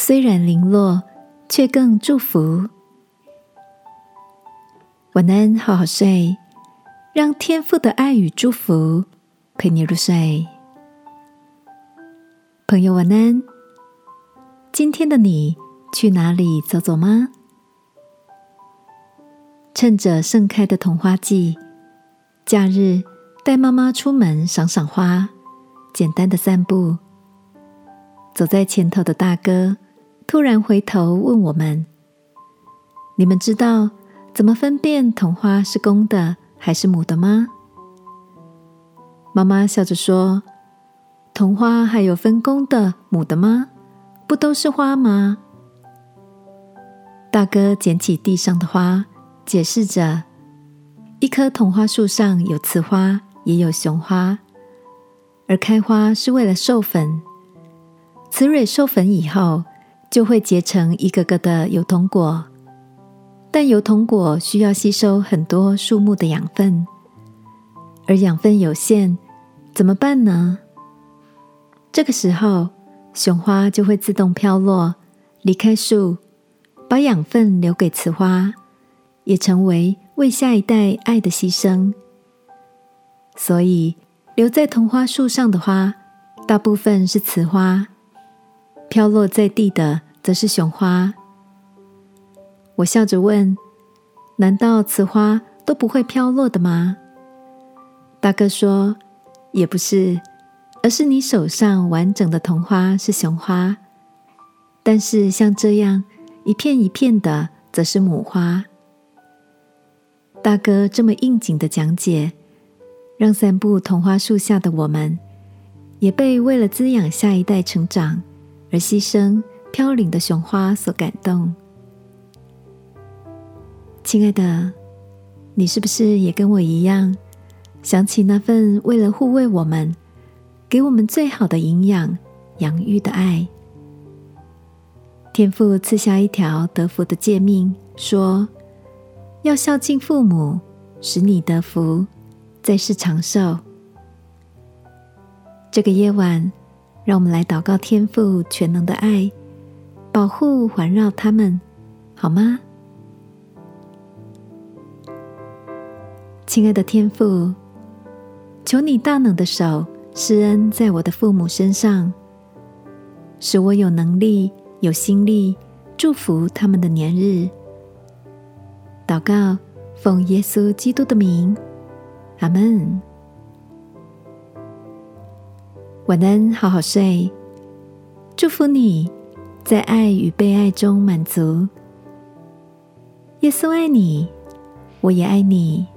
虽然零落，却更祝福。晚安，好好睡，让天父的爱与祝福陪你入睡。朋友晚安，今天的你去哪里走走吗？趁着盛开的桐花季，假日带妈妈出门赏赏花，简单的散步。走在前头的大哥突然回头问我们：你们知道怎么分辨桐花是公的还是母的吗？妈妈笑着说：桐花还有分公的母的吗？不都是花吗？大哥捡起地上的花，解释着：一棵桐花树上有雌花也有雄花，而开花是为了授粉，雌蕊授粉以后就会结成一个个的油桐果，但油桐果需要吸收很多树木的养分，而养分有限，怎么办呢？这个时候，雄花就会自动飘落，离开树，把养分留给雌花，也成为下一代爱的牺牲。所以，留在桐花树上的花，大部分是雌花，飘落在地的则是雄花。我笑着问：难道雌花都不会飘落的吗？大哥说：也不是，而是你手上完整的桐花是雄花，但是像这样一片一片的则是母花。大哥这么应景的讲解，让散步桐花树下的我们也被为了滋养下一代成长而牺牲飘零的雄花所感动。亲爱的，你是不是也跟我一样，想起那份为了护卫我们，给我们最好的营养养育的爱？天父赐下一条得福的诫命，说要孝敬父母，使你得福，在世长寿。这个夜晚，让我们来祷告天父全能的爱，保护环绕他们，好吗？亲爱的天父，求你大能的手施恩在我的父母身上，使我有能力有心力祝福他们的年日。祷告，奉耶稣基督的名，阿们。晚安，好好睡。祝福你在爱与被爱中满足。耶稣爱你，我也爱你。